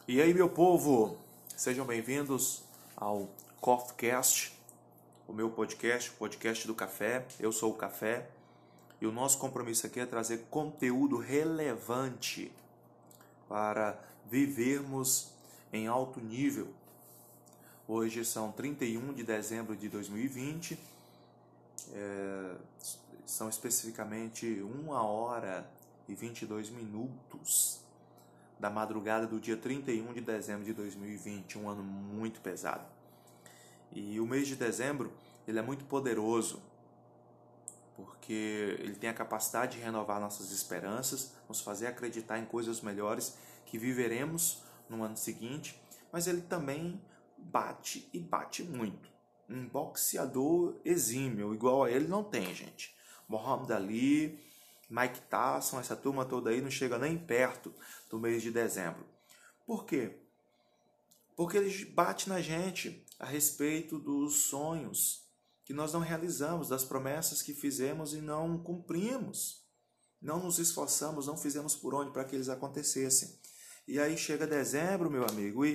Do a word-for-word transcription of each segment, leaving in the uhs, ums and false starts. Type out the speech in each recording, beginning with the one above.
E aí, meu povo, sejam bem-vindos ao CoffeeCast, o meu podcast, o podcast do café. Eu sou o Café e o nosso compromisso aqui é trazer conteúdo relevante para vivermos em alto nível. Hoje são trinta e um de dezembro de dois mil e vinte, é, são especificamente uma hora e vinte e dois minutos da madrugada do dia trinta e um de dezembro de dois mil e vinte, um ano muito pesado. E o mês de dezembro, ele é muito poderoso, porque ele tem a capacidade de renovar nossas esperanças, nos fazer acreditar em coisas melhores que viveremos no ano seguinte, mas ele também bate e bate muito. Um boxeador exímio, igual a ele não tem, gente. Muhammad Ali, Mike Tyson, essa turma toda aí não chega nem perto do mês de dezembro. Por quê? Porque ele bate na gente a respeito dos sonhos que nós não realizamos, das promessas que fizemos e não cumprimos. Não nos esforçamos, não fizemos por onde para que eles acontecessem. E aí chega dezembro, meu amigo, e,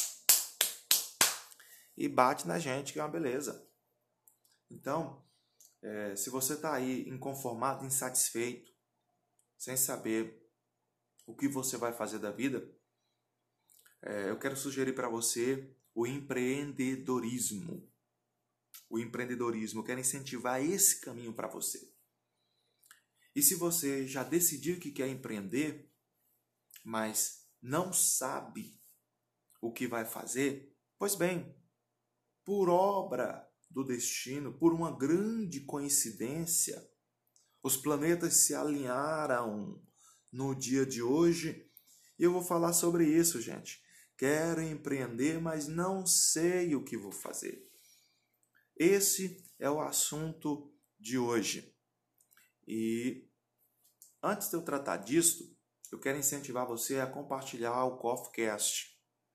e bate na gente, que é uma beleza. Então, é, se você está aí inconformado, insatisfeito, sem saber o que você vai fazer da vida, é, eu quero sugerir para você o empreendedorismo. O empreendedorismo, eu quero incentivar esse caminho para você. E se você já decidiu que quer empreender, mas não sabe o que vai fazer, pois bem, por obra do destino, por uma grande coincidência, os planetas se alinharam no dia de hoje e eu vou falar sobre isso, gente. Quero empreender, mas não sei o que vou fazer. Esse é o assunto de hoje. E antes de eu tratar disso, eu quero incentivar você a compartilhar o CoffeeCast,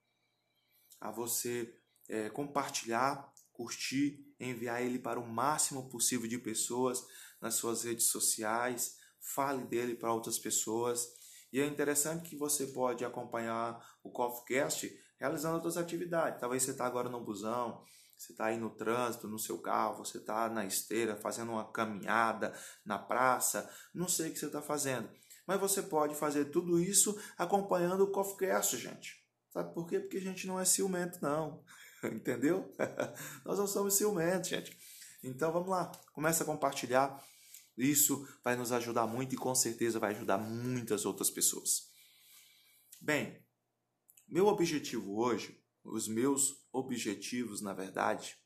a você é, compartilhar, curtir, enviar ele para o máximo possível de pessoas nas suas redes sociais, fale dele para outras pessoas. E é interessante que você pode acompanhar o CoffeeCast realizando outras atividades. Talvez você está agora no busão, você está aí no trânsito, no seu carro, você está na esteira, fazendo uma caminhada na praça, não sei o que você está fazendo. Mas você pode fazer tudo isso acompanhando o CoffeeCast, gente. Sabe por quê? Porque a gente não é ciumento, não. Entendeu? Nós não somos ciumentos, gente. Então vamos lá, começa a compartilhar. Isso vai nos ajudar muito e com certeza vai ajudar muitas outras pessoas. Bem, meu objetivo hoje, os meus objetivos, na verdade,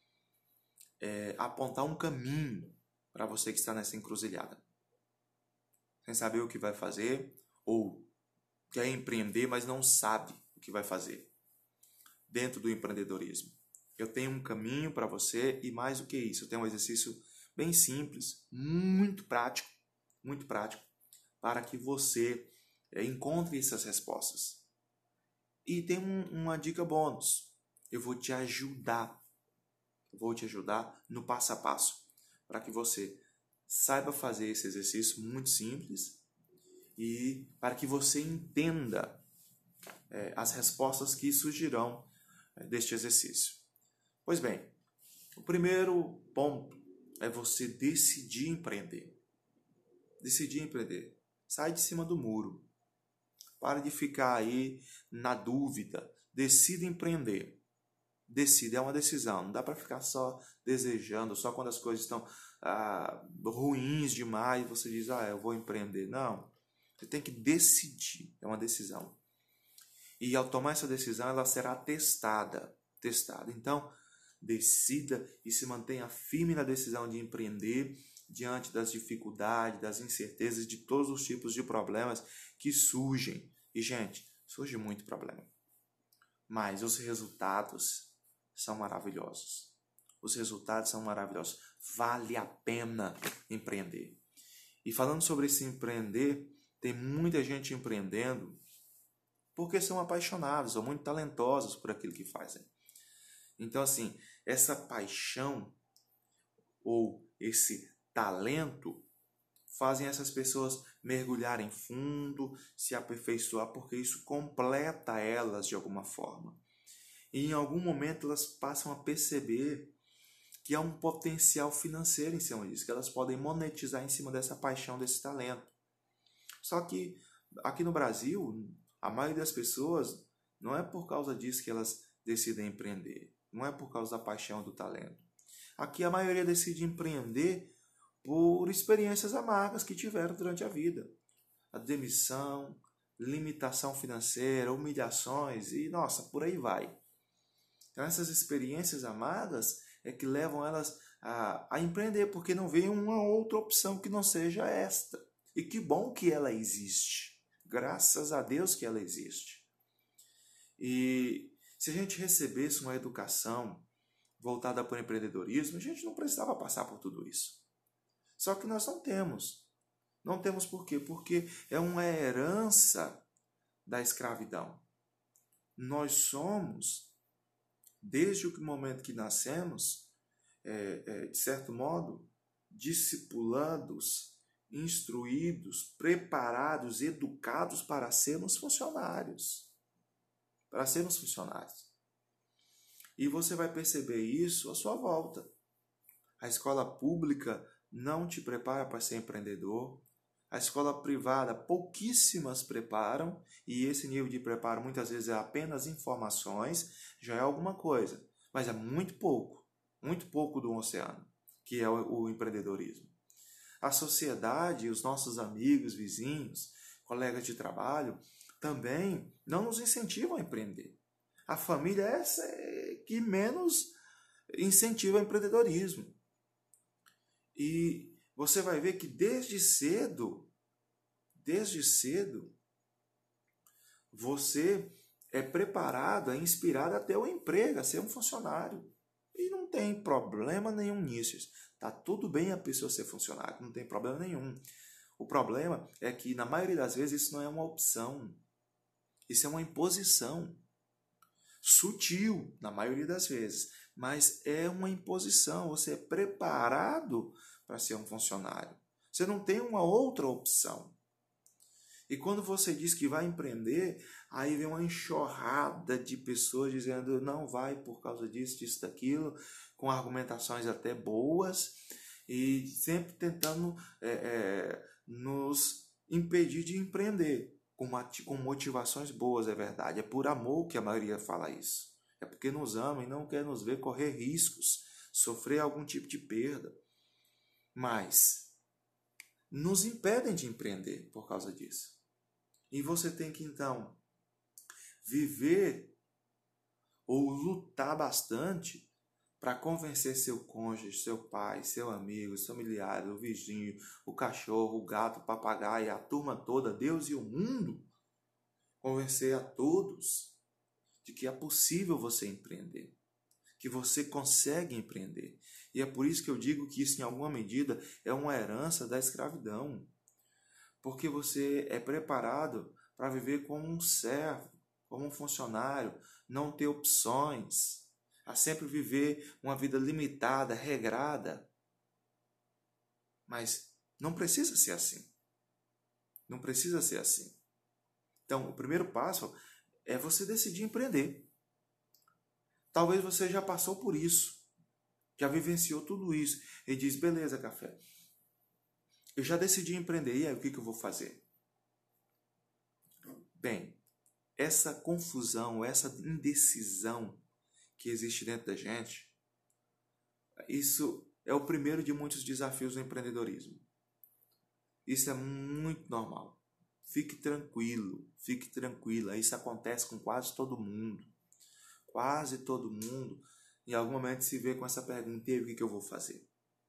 é apontar um caminho para você que está nessa encruzilhada. Sem saber o que vai fazer ou quer empreender, mas não sabe o que vai fazer dentro do empreendedorismo. Eu tenho um caminho para você e mais do que isso, eu tenho um exercício bem simples, muito prático, muito prático, para que você é, encontre essas respostas. E tem um, uma dica bônus. Eu vou te ajudar, eu vou te ajudar no passo a passo, para que você saiba fazer esse exercício muito simples e para que você entenda é, as respostas que surgirão é, deste exercício. Pois bem, o primeiro ponto é você decidir empreender. Decidir empreender. Sai de cima do muro. Para de ficar aí na dúvida. Decida empreender. Decida, é uma decisão. Não dá para ficar só desejando, só quando as coisas estão ah, ruins demais, você diz, ah, eu vou empreender. Não. Você tem que decidir. É uma decisão. E ao tomar essa decisão, ela será testada. Testada. Então, decida e se mantenha firme na decisão de empreender diante das dificuldades, das incertezas, de todos os tipos de problemas que surgem. E, gente, surge muito problema. Mas os resultados são maravilhosos. Os resultados são maravilhosos. Vale a pena empreender. E falando sobre esse empreender, tem muita gente empreendendo porque são apaixonados ou muito talentosos por aquilo que fazem. Então, assim, essa paixão ou esse talento fazem essas pessoas mergulhar em fundo, se aperfeiçoar, porque isso completa elas de alguma forma. E em algum momento elas passam a perceber que há um potencial financeiro em cima disso, que elas podem monetizar em cima dessa paixão, desse talento. Só que aqui no Brasil, a maioria das pessoas, não é por causa disso que elas decidem empreender, não é por causa da paixão, do talento. Aqui a maioria decide empreender por experiências amargas que tiveram durante a vida. A demissão, limitação financeira, humilhações e, nossa, por aí vai. Então essas experiências amargas é que levam elas a, a empreender, porque não vem uma outra opção que não seja esta. E que bom que ela existe. Graças a Deus que ela existe. E se a gente recebesse uma educação voltada para o empreendedorismo, a gente não precisava passar por tudo isso. Só que nós não temos. Não temos por quê? Porque é uma herança da escravidão. Nós somos, desde o momento que nascemos, é, é, de certo modo, discipulados, instruídos, preparados, educados para sermos funcionários. Para sermos funcionários. E você vai perceber isso à sua volta. A escola pública não te prepara para ser empreendedor. A escola privada, pouquíssimas preparam, e esse nível de preparo muitas vezes é apenas informações, já é alguma coisa, mas é muito pouco, muito pouco do oceano, que é o, o empreendedorismo. A sociedade, os nossos amigos, vizinhos, colegas de trabalho, também não nos incentivam a empreender. A família é essa que menos incentiva o empreendedorismo. E você vai ver que desde cedo, desde cedo, você é preparado, é inspirado a ter um emprego, a ser um funcionário. E não tem problema nenhum nisso. Está tudo bem a pessoa ser funcionário, não tem problema nenhum. O problema é que, na maioria das vezes, isso não é uma opção. Isso é uma imposição. Sutil, na maioria das vezes. Mas é uma imposição. Você é preparado para ser um funcionário. Você não tem uma outra opção. E quando você diz que vai empreender, aí vem uma enxurrada de pessoas dizendo não vai por causa disso, disso, daquilo, com argumentações até boas e sempre tentando é, é, nos impedir de empreender, com, com motivações boas, é verdade. É por amor que a maioria fala isso. É porque nos ama e não quer nos ver correr riscos, sofrer algum tipo de perda. Mas nos impedem de empreender por causa disso. E você tem que, então, viver ou lutar bastante para convencer seu cônjuge, seu pai, seu amigo, seu familiar, o vizinho, o cachorro, o gato, o papagaio, a turma toda, Deus e o mundo, convencer a todos de que é possível você empreender, que você consegue empreender. E é por isso que eu digo que isso, em alguma medida, é uma herança da escravidão. Porque você é preparado para viver como um servo, como um funcionário, não ter opções, a sempre viver uma vida limitada, regrada. Mas não precisa ser assim. Não precisa ser assim. Então, o primeiro passo é você decidir empreender. Talvez você já passou por isso, já vivenciou tudo isso e diz, beleza, Café, eu já decidi empreender, e aí o que eu vou fazer? Bem, essa confusão, essa indecisão que existe dentro da gente, isso é o primeiro de muitos desafios do empreendedorismo. Isso é muito normal. Fique tranquilo, fique tranquila. Isso acontece com quase todo mundo. Quase todo mundo, em algum momento, se vê com essa pergunta, e o que eu vou fazer?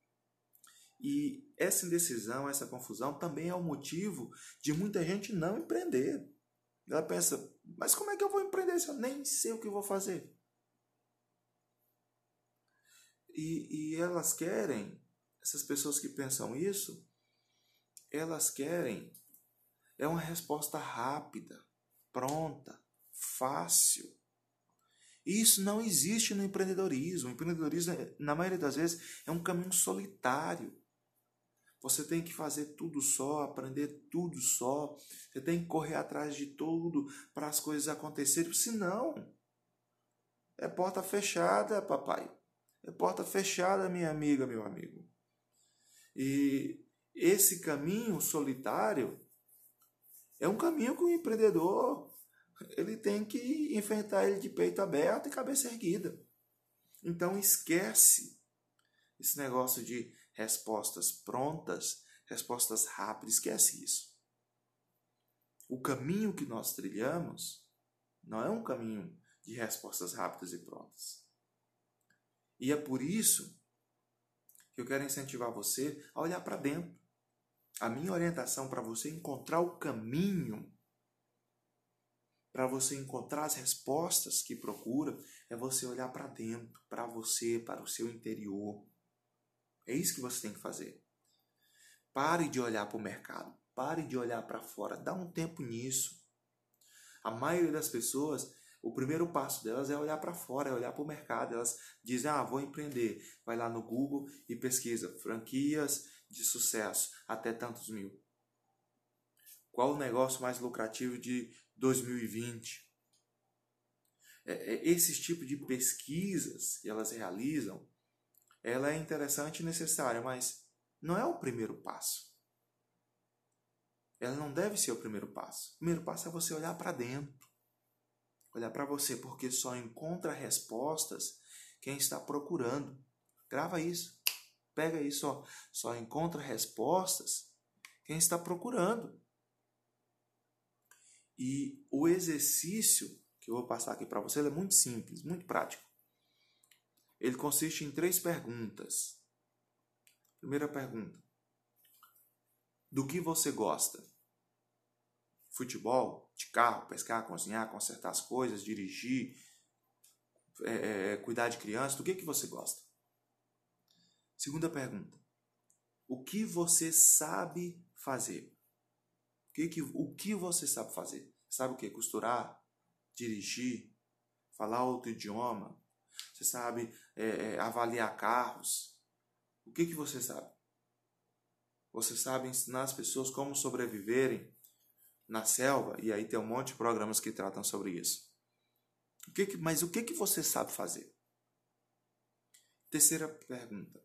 E essa indecisão, essa confusão também é o motivo de muita gente não empreender. Ela pensa, mas como é que eu vou empreender se eu nem sei o que eu vou fazer? E, e elas querem, essas pessoas que pensam isso, elas querem, é uma resposta rápida, pronta, fácil. Isso não existe no empreendedorismo. O empreendedorismo, na maioria das vezes, é um caminho solitário. Você tem que fazer tudo só, aprender tudo só. Você tem que correr atrás de tudo para as coisas acontecerem. Senão, é porta fechada, papai. É porta fechada, minha amiga, meu amigo. E esse caminho solitário é um caminho que o empreendedor ele tem que enfrentar ele de peito aberto e cabeça erguida. Então esquece esse negócio de respostas prontas, respostas rápidas, esquece isso. O caminho que nós trilhamos não é um caminho de respostas rápidas e prontas. E é por isso que eu quero incentivar você a olhar para dentro. A minha orientação para você encontrar o caminho, para você encontrar as respostas que procura, é você olhar para dentro, para você, para o seu interior. É isso que você tem que fazer. Pare de olhar para o mercado, pare de olhar para fora, dá um tempo nisso. A maioria das pessoas, o primeiro passo delas é olhar para fora, é olhar para o mercado. Elas dizem, ah, vou empreender. Vai lá no Google e pesquisa franquias de sucesso, até tantos mil. Qual o negócio mais lucrativo de dois mil e vinte? É, é, esse tipo de pesquisas que elas realizam, ela é interessante e necessária, mas não é o primeiro passo. Ela não deve ser o primeiro passo. O primeiro passo é você olhar para dentro. Olhar para você, porque só encontra respostas quem está procurando. Grava isso. Pega isso, ó. Só encontra respostas quem está procurando. E o exercício que eu vou passar aqui para você, ele é muito simples, muito prático. Ele consiste em três perguntas. Primeira pergunta. Do que você gosta? Futebol, de carro, pescar, cozinhar, consertar as coisas, dirigir, é, é, cuidar de criança. Do que, que você gosta? Segunda pergunta. O que você sabe fazer? O que, que, o que você sabe fazer? Sabe o que? Costurar, dirigir, falar outro idioma. Você sabe é, é, avaliar carros. O que, que você sabe? Você sabe ensinar as pessoas como sobreviverem na selva, e aí tem um monte de programas que tratam sobre isso. O que que, mas o que, que você sabe fazer? Terceira pergunta.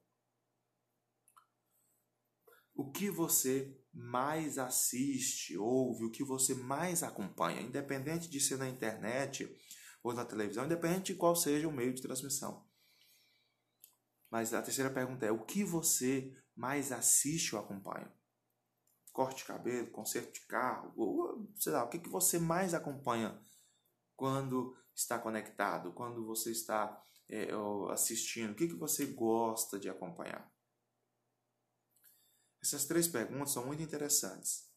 O que você mais assiste, ouve, o que você mais acompanha, independente de ser na internet ou na televisão, independente de qual seja o meio de transmissão. Mas a terceira pergunta é, o que você mais assiste ou acompanha? Corte de cabelo, conserto de carro, ou, sei lá, o que, que você mais acompanha quando está conectado, quando você está é, assistindo, o que, que você gosta de acompanhar? Essas três perguntas são muito interessantes.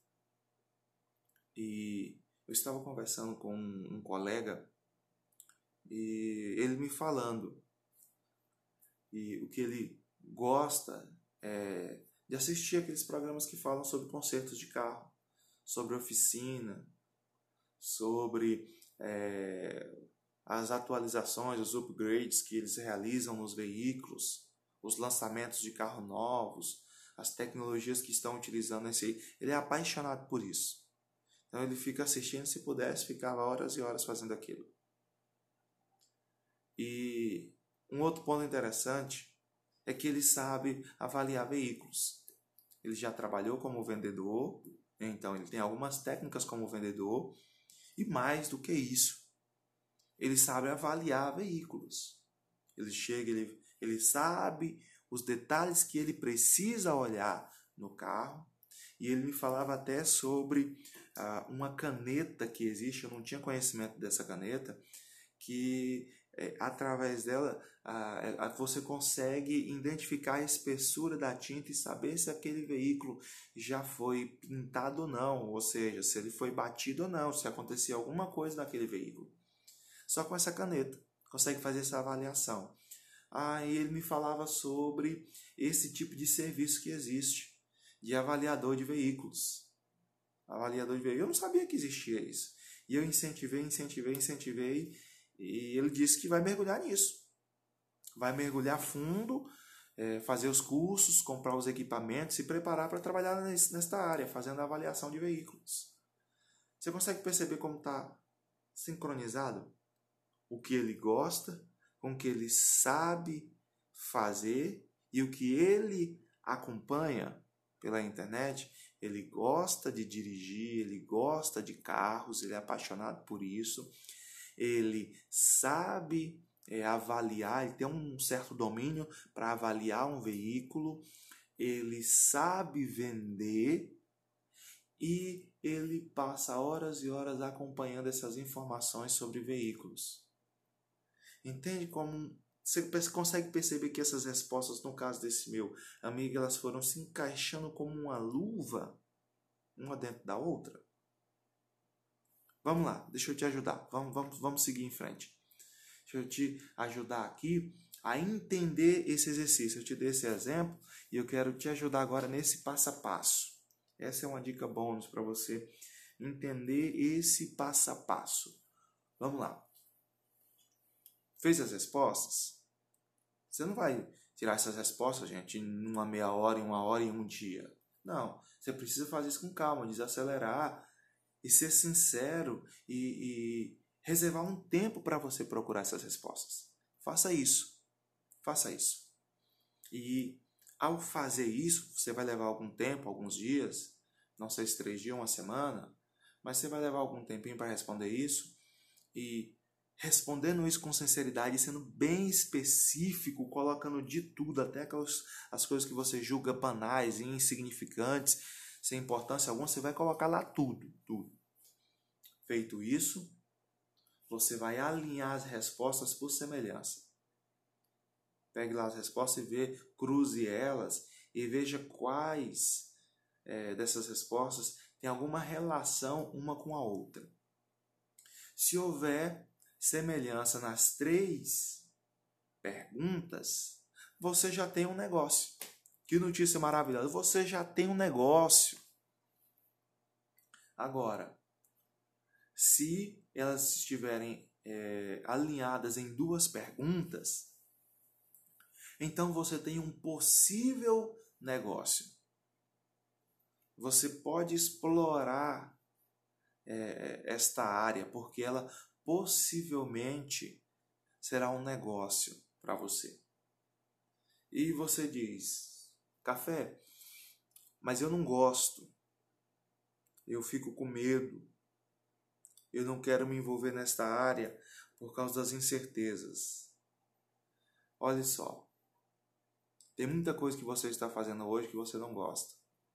E eu estava conversando com um, um colega e ele me falando e o que ele gosta é de assistir aqueles programas que falam sobre consertos de carro, sobre oficina, sobre é, as atualizações, os upgrades que eles realizam nos veículos, os lançamentos de carros novos, as tecnologias que estão utilizando nesse aí. Ele é apaixonado por isso. Então ele fica assistindo, se pudesse, ficava horas e horas fazendo aquilo. E um outro ponto interessante é que ele sabe avaliar veículos. Ele já trabalhou como vendedor, então ele tem algumas técnicas como vendedor, e mais do que isso, ele sabe avaliar veículos. Ele chega, ele, ele sabe os detalhes que ele precisa olhar no carro, e ele me falava até sobre ah, uma caneta que existe, eu não tinha conhecimento dessa caneta, que é, através dela ah, você consegue identificar a espessura da tinta e saber se aquele veículo já foi pintado ou não, ou seja, se ele foi batido ou não, se acontecia alguma coisa naquele veículo. Só com essa caneta consegue fazer essa avaliação. Aí ele me falava sobre esse tipo de serviço que existe, de avaliador de veículos. Avaliador de veículos. Eu não sabia que existia isso. E eu incentivei, incentivei, incentivei, e ele disse que vai mergulhar nisso. Vai mergulhar fundo é, fazer os cursos, comprar os equipamentos, se preparar para trabalhar nesse, nesta área, fazendo a avaliação de veículos. Você consegue perceber como está sincronizado o que ele gosta com o que ele sabe fazer e o que ele acompanha pela internet? Ele gosta de dirigir, ele gosta de carros, ele é apaixonado por isso, ele sabe é, avaliar, ele tem um certo domínio para avaliar um veículo, ele sabe vender e ele passa horas e horas acompanhando essas informações sobre veículos. Entende como você consegue perceber que essas respostas, no caso desse meu amigo, elas foram se encaixando como uma luva, uma dentro da outra? Vamos lá, deixa eu te ajudar. Vamos, vamos, vamos seguir em frente. Deixa eu te ajudar aqui a entender esse exercício. Eu te dei esse exemplo e eu quero te ajudar agora nesse passo a passo. Essa é uma dica bônus para você entender esse passo a passo. Vamos lá. Fez as respostas? Você não vai tirar essas respostas, gente, em uma meia hora, em uma hora e um dia. Não, você precisa fazer isso com calma, desacelerar e ser sincero e, e reservar um tempo para você procurar essas respostas. Faça isso, faça isso. E ao fazer isso, você vai levar algum tempo, alguns dias, não sei se três dias, uma semana, mas você vai levar algum tempinho para responder isso e respondendo isso com sinceridade, sendo bem específico, colocando de tudo, até aquelas, as coisas que você julga banais e insignificantes, sem importância alguma, você vai colocar lá tudo, tudo. Feito isso, você vai alinhar as respostas por semelhança. Pegue lá as respostas e vê, cruze elas e veja quais é, dessas respostas têm alguma relação uma com a outra. Se houver semelhança nas três perguntas, você já tem um negócio. Que notícia maravilhosa! Você já tem um negócio. Agora, se elas estiverem é, alinhadas em duas perguntas, então você tem um possível negócio. Você pode explorar é, esta área, porque ela possivelmente será um negócio para você. E você diz, Café, mas eu não gosto, eu fico com medo, eu não quero me envolver nesta área por causa das incertezas. Olha só, tem muita coisa que você está fazendo hoje que você não gosta.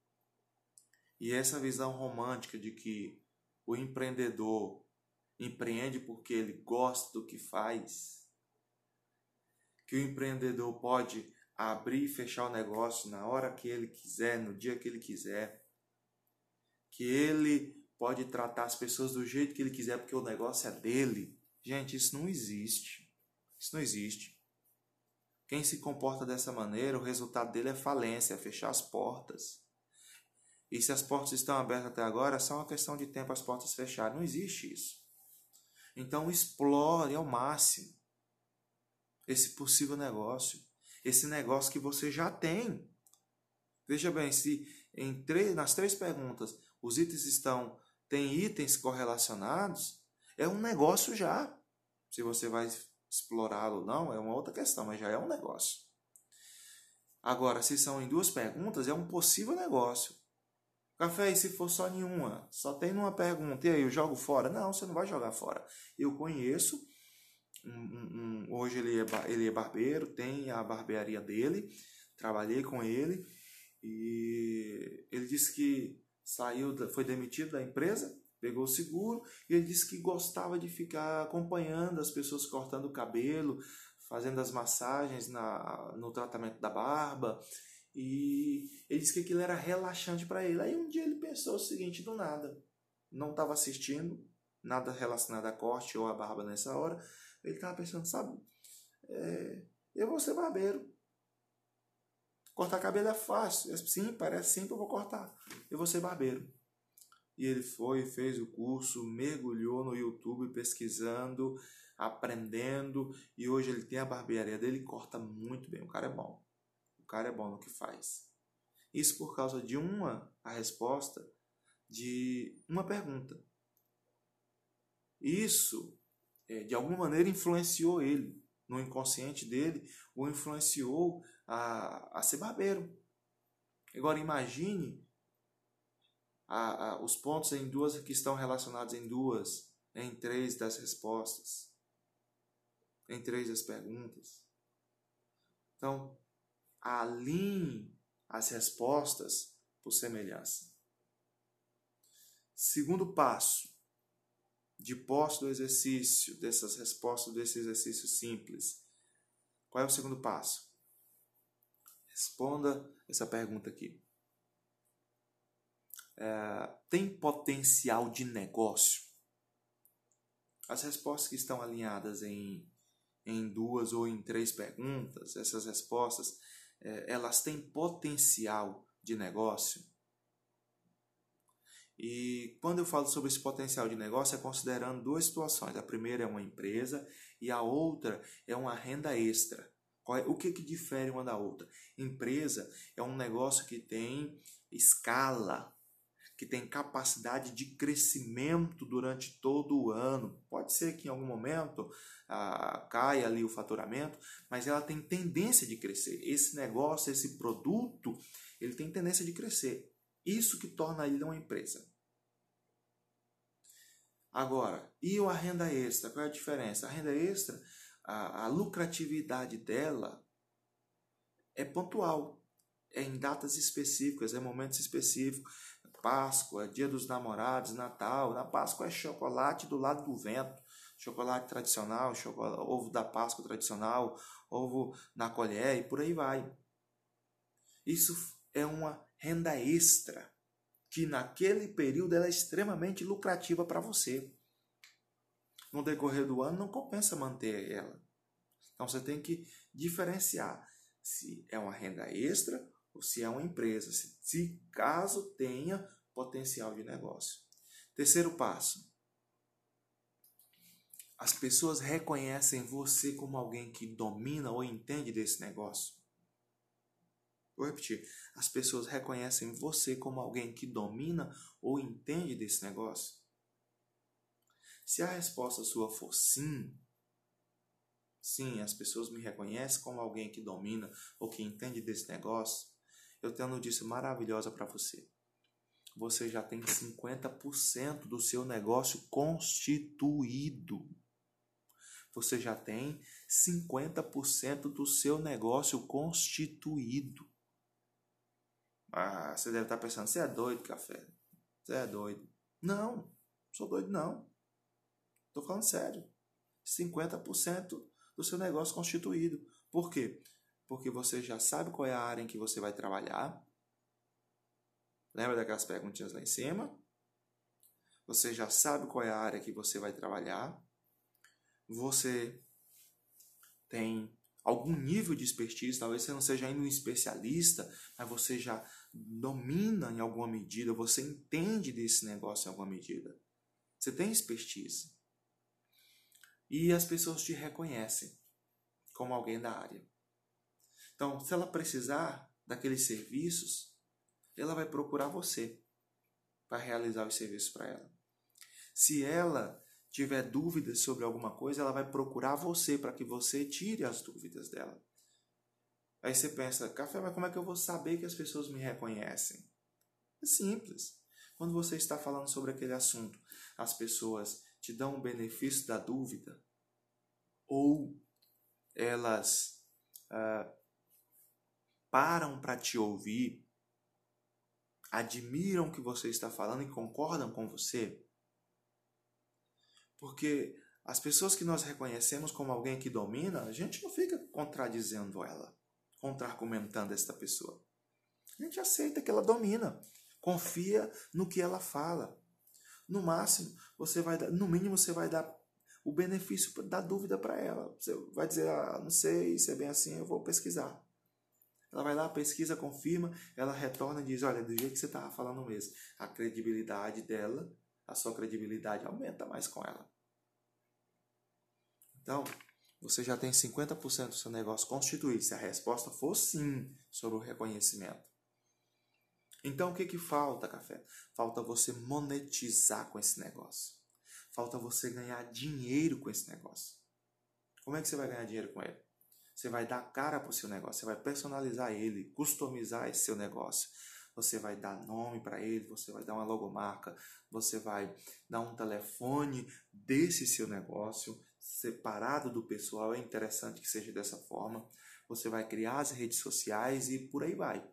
E essa visão romântica de que o empreendedor empreende porque ele gosta do que faz, que o empreendedor pode abrir e fechar o negócio na hora que ele quiser, no dia que ele quiser, que ele pode tratar as pessoas do jeito que ele quiser porque o negócio é dele. Gente, isso não existe. Isso não existe. Quem se comporta dessa maneira, o resultado dele é falência, é fechar as portas. E se as portas estão abertas até agora, é só uma questão de tempo as portas fecharem. Não existe isso. Então, explore ao máximo esse possível negócio. Esse negócio que você já tem. Veja bem, se em três, nas três perguntas os itens estão, tem itens correlacionados, é um negócio já. Se você vai explorá-lo ou não, é uma outra questão, mas já é um negócio. Agora, se são em duas perguntas, é um possível negócio. Café, e se for só nenhuma? Só tem uma pergunta. E aí, eu jogo fora? Não, você não vai jogar fora. Eu conheço. Um, um, um, hoje ele é, ele é barbeiro, tem a barbearia dele. Trabalhei com ele. E ele disse que saiu, foi demitido da empresa, pegou o seguro. E ele disse que gostava de ficar acompanhando as pessoas cortando o cabelo, fazendo as massagens na, no tratamento da barba. E ele disse que aquilo era relaxante para ele. Aí um dia ele pensou o seguinte, do nada, não estava assistindo nada relacionado a corte ou a barba nessa hora. Ele estava pensando, sabe, é, eu vou ser barbeiro. Cortar cabelo é fácil. Sim, parece simples, eu vou cortar. Eu vou ser barbeiro. E ele foi, fez o curso, mergulhou no YouTube pesquisando, aprendendo. E hoje ele tem a barbearia dele e corta muito bem. O cara é bom. o cara é bom no que faz. Isso por causa de uma, a resposta de uma pergunta. Isso, é, de alguma maneira, influenciou ele. No inconsciente dele, o influenciou a, a ser barbeiro. Agora, imagine a, a, os pontos em duas que estão relacionados em duas, em três das respostas, em três das perguntas. Então, alinhe as respostas por semelhança. Segundo passo, de posse do exercício, dessas respostas desse exercício simples. Qual é o segundo passo? Responda essa pergunta aqui. É, tem potencial de negócio? As respostas que estão alinhadas em, em duas ou em três perguntas, essas respostas, é, elas têm potencial de negócio? E quando eu falo sobre esse potencial de negócio, é considerando duas situações. A primeira é uma empresa e a outra é uma renda extra. O que, que difere uma da outra? Empresa é um negócio que tem escala, que tem capacidade de crescimento durante todo o ano. Pode ser que em algum momento ah, caia ali o faturamento, mas ela tem tendência de crescer. Esse negócio, esse produto, ele tem tendência de crescer. Isso que torna ele uma empresa. Agora, e a renda extra? Qual é a diferença? A renda extra, a, a lucratividade dela é pontual, é em datas específicas, é momentos específicos. Páscoa, Dia dos Namorados, Natal. Na Páscoa é chocolate do lado do vento, chocolate tradicional, chocolate, ovo da Páscoa tradicional, ovo na colher e por aí vai. Isso é uma renda extra, que naquele período ela é extremamente lucrativa para você. No decorrer do ano não compensa manter ela. Então você tem que diferenciar se é uma renda extra ou se é uma empresa, se, se caso tenha potencial de negócio. Terceiro passo. As pessoas reconhecem você como alguém que domina ou entende desse negócio. Vou repetir. As pessoas reconhecem você como alguém que domina ou entende desse negócio? Se a resposta sua for sim, sim, as pessoas me reconhecem como alguém que domina ou que entende desse negócio, eu tenho uma notícia maravilhosa para você. Você já tem cinquenta por cento do seu negócio constituído. Você já tem cinquenta por cento do seu negócio constituído. Ah, você deve estar pensando, você é doido, Café? Você é doido. Não, não sou doido não. Estou falando sério. cinquenta por cento do seu negócio constituído. Por quê? Porque você já sabe qual é a área em que você vai trabalhar. Lembra daquelas perguntinhas lá em cima? Você já sabe qual é a área que você vai trabalhar. Você tem algum nível de expertise, talvez você não seja ainda um especialista, mas você já domina em alguma medida, você entende desse negócio em alguma medida. Você tem expertise. E as pessoas te reconhecem como alguém da área. Então, se ela precisar daqueles serviços, ela vai procurar você para realizar os serviços para ela. Se ela tiver dúvidas sobre alguma coisa, ela vai procurar você para que você tire as dúvidas dela. Aí você pensa, Café, mas como é que eu vou saber que as pessoas me reconhecem? É simples. Quando você está falando sobre aquele assunto, as pessoas te dão o benefício da dúvida ou elas ah, param para te ouvir, admiram o que você está falando e concordam com você. Porque as pessoas que nós reconhecemos como alguém que domina, a gente não fica contradizendo ela, contra-argumentando esta pessoa. A gente aceita que ela domina, confia no que ela fala. No máximo, você vai dar, no mínimo você vai dar o benefício da dúvida para ela. Você vai dizer, ah, não sei se é bem assim, eu vou pesquisar. Ela vai lá, pesquisa, confirma, ela retorna e diz, olha, do jeito que você estava falando mesmo. A credibilidade dela, a sua credibilidade aumenta mais com ela. Então, você já tem cinquenta por cento do seu negócio constituído, se a resposta for sim sobre o reconhecimento. Então, o que que falta, Café? Falta você monetizar com esse negócio. Falta você ganhar dinheiro com esse negócio. Como é que você vai ganhar dinheiro com ele? Você vai dar cara para o seu negócio, você vai personalizar ele, customizar esse seu negócio. Você vai dar nome para ele, você vai dar uma logomarca, você vai dar um telefone desse seu negócio, separado do pessoal, é interessante que seja dessa forma. Você vai criar as redes sociais e por aí vai.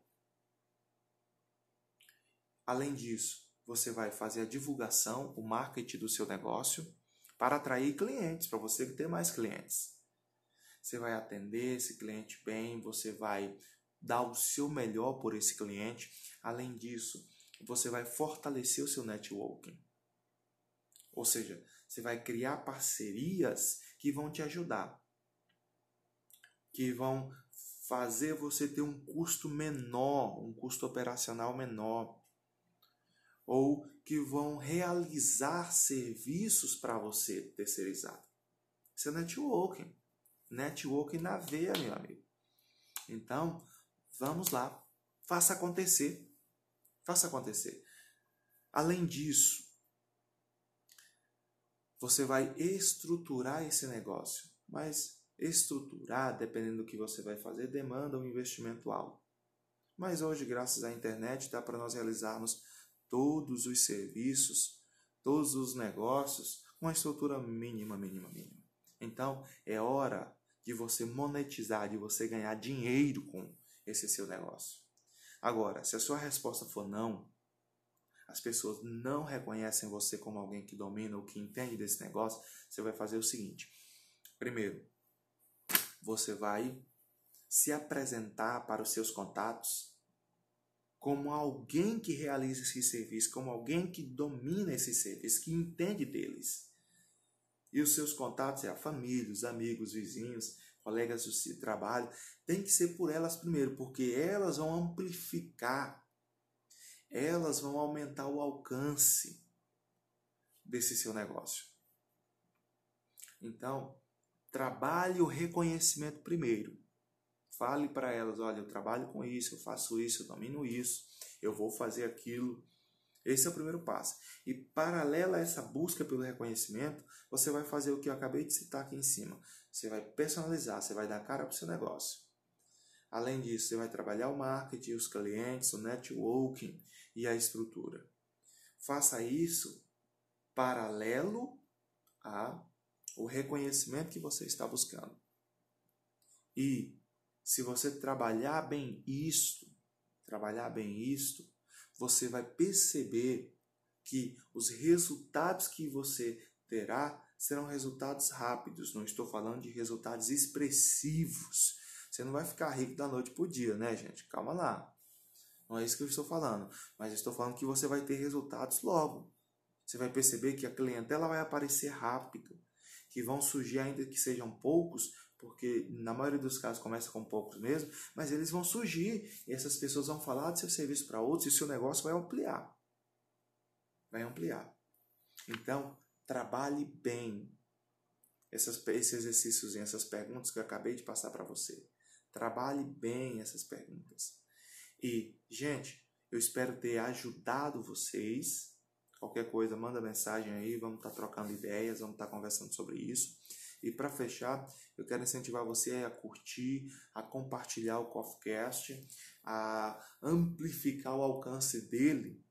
Além disso, você vai fazer a divulgação, o marketing do seu negócio para atrair clientes, para você ter mais clientes. Você vai atender esse cliente bem, você vai dar o seu melhor por esse cliente. Além disso, você vai fortalecer o seu networking. Ou seja, você vai criar parcerias que vão te ajudar, que vão fazer você ter um custo menor, um custo operacional menor, ou que vão realizar serviços para você terceirizado. Isso é networking. Networking na veia, meu amigo. Então, vamos lá. Faça acontecer. Faça acontecer. Além disso, você vai estruturar esse negócio. Mas estruturar, dependendo do que você vai fazer, demanda um investimento alto. Mas hoje, graças à internet, dá para nós realizarmos todos os serviços, todos os negócios, com uma estrutura mínima, mínima, mínima. Então, é hora de você monetizar, de você ganhar dinheiro com esse seu negócio. Agora, se a sua resposta for não, as pessoas não reconhecem você como alguém que domina ou que entende desse negócio, você vai fazer o seguinte. Primeiro, você vai se apresentar para os seus contatos como alguém que realiza esse serviço, como alguém que domina esse serviço, que entende deles. E os seus contatos, é a família, os amigos, vizinhos, colegas de trabalho, tem que ser por elas primeiro, porque elas vão amplificar, elas vão aumentar o alcance desse seu negócio. Então, trabalhe o reconhecimento primeiro. Fale para elas, olha, eu trabalho com isso, eu faço isso, eu domino isso, eu vou fazer aquilo. Esse é o primeiro passo. E paralelo a essa busca pelo reconhecimento, você vai fazer o que eu acabei de citar aqui em cima. Você vai personalizar, você vai dar cara para o seu negócio. Além disso, você vai trabalhar o marketing, os clientes, o networking e a estrutura. Faça isso paralelo ao reconhecimento que você está buscando. E se você trabalhar bem isto, trabalhar bem isto, você vai perceber que os resultados que você terá serão resultados rápidos. Não estou falando de resultados expressivos. Você não vai ficar rico da noite para o dia, né, gente? Calma lá. Não é isso que eu estou falando. Mas estou falando que você vai ter resultados logo. Você vai perceber que a clientela vai aparecer rápido, que vão surgir, ainda que sejam poucos, porque na maioria dos casos começa com poucos mesmo, mas eles vão surgir e essas pessoas vão falar do seu serviço para outros e o seu negócio vai ampliar. Vai ampliar. Então, trabalhe bem essas, esses exercícios e essas perguntas que eu acabei de passar para você. Trabalhe bem essas perguntas. E, gente, eu espero ter ajudado vocês. Qualquer coisa, manda mensagem aí, vamos estar trocando ideias, vamos estar conversando sobre isso. E para fechar, eu quero incentivar você a curtir, a compartilhar o CoffeeCast, a amplificar o alcance dele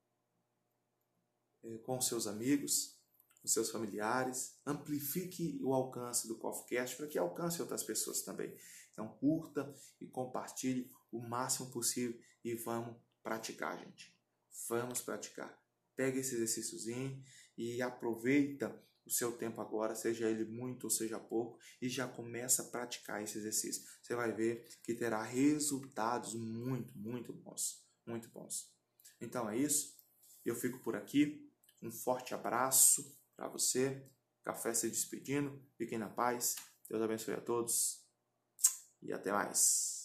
com seus amigos, com seus familiares. Amplifique o alcance do CoffeeCast para que alcance outras pessoas também. Então curta e compartilhe o máximo possível e vamos praticar, gente. Vamos praticar. Pega esse exercíciozinho e aproveita o seu tempo agora, seja ele muito ou seja pouco, e já começa a praticar esse exercício. Você vai ver que terá resultados muito, muito bons. Muito bons. Então é isso. Eu fico por aqui. Um forte abraço para você. Café se despedindo. Fiquem na paz. Deus abençoe a todos. E até mais.